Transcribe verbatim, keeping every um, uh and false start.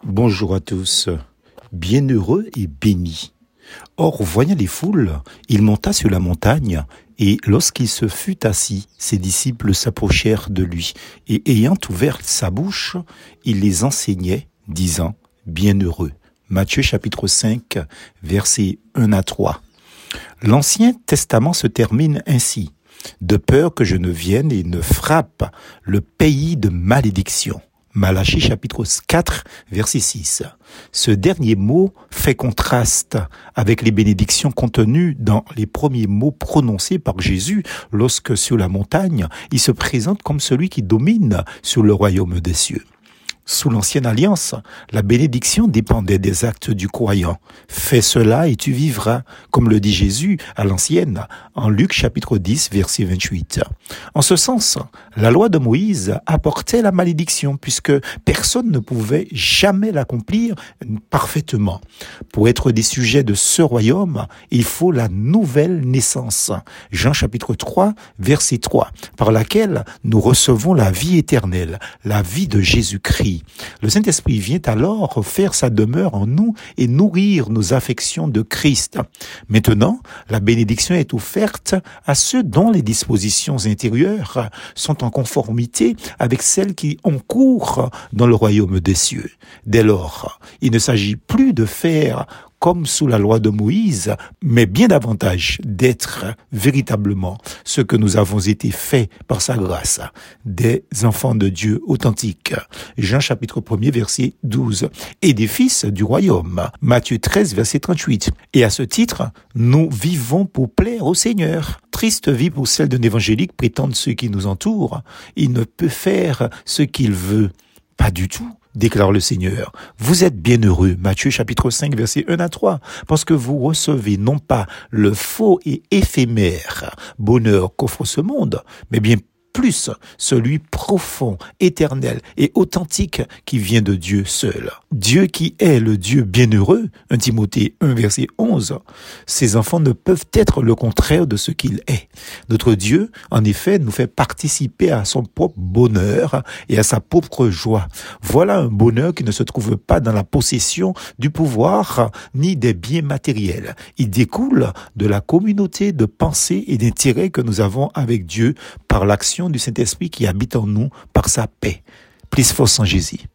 Bonjour à tous. Bienheureux et béni. Or, voyant les foules, il monta sur la montagne, et lorsqu'il se fut assis, ses disciples s'approchèrent de lui, et ayant ouvert sa bouche, il les enseignait, disant, Bienheureux. Matthieu chapitre cinq, versets un à trois. L'Ancien Testament se termine ainsi, de peur que je ne vienne et ne frappe le pays de malédiction. Malachie chapitre quatre, verset six. Ce dernier mot fait contraste avec les bénédictions contenues dans les premiers mots prononcés par Jésus lorsque sur la montagne, il se présente comme celui qui domine sur le royaume des cieux. Sous l'Ancienne Alliance, la bénédiction dépendait des actes du croyant. Fais cela et tu vivras, comme le dit Jésus à l'Ancienne, en Luc chapitre dix, verset vingt-huit. En ce sens, la loi de Moïse apportait la malédiction puisque personne ne pouvait jamais l'accomplir parfaitement. Pour être des sujets de ce royaume, il faut la nouvelle naissance. Jean chapitre trois, verset trois, par laquelle nous recevons la vie éternelle, la vie de Jésus-Christ. Le Saint-Esprit vient alors faire sa demeure en nous et nourrir nos affections de Christ. Maintenant, la bénédiction est offerte à ceux dont les dispositions intérieures sont en conformité avec celles qui ont cours dans le royaume des cieux. Dès lors, il ne s'agit plus de faire comme sous la loi de Moïse, mais bien davantage d'être véritablement ce que nous avons été faits par sa grâce, des enfants de Dieu authentiques. Jean chapitre un, verset douze, et des fils du royaume. Matthieu treize, verset trente-huit. Et à ce titre, nous vivons pour plaire au Seigneur. Triste vie pour celle d'un évangélique, prétendent ceux qui nous entourent. Il ne peut faire ce qu'il veut. Pas du tout, déclare le Seigneur. Vous êtes bienheureux, Matthieu chapitre cinq, versets un à trois, parce que vous recevez non pas le faux et éphémère bonheur qu'offre ce monde, mais bien plus celui profond, éternel et authentique qui vient de Dieu seul. Dieu qui est le Dieu bienheureux, un Timothée un, verset onze, ses enfants ne peuvent être le contraire de ce qu'il est. Notre Dieu, en effet, nous fait participer à son propre bonheur et à sa propre joie. Voilà un bonheur qui ne se trouve pas dans la possession du pouvoir ni des biens matériels. Il découle de la communauté de pensée et d'intérêt que nous avons avec Dieu par l'action du Saint-Esprit qui habite en nous par sa paix. Plus force en Jésus.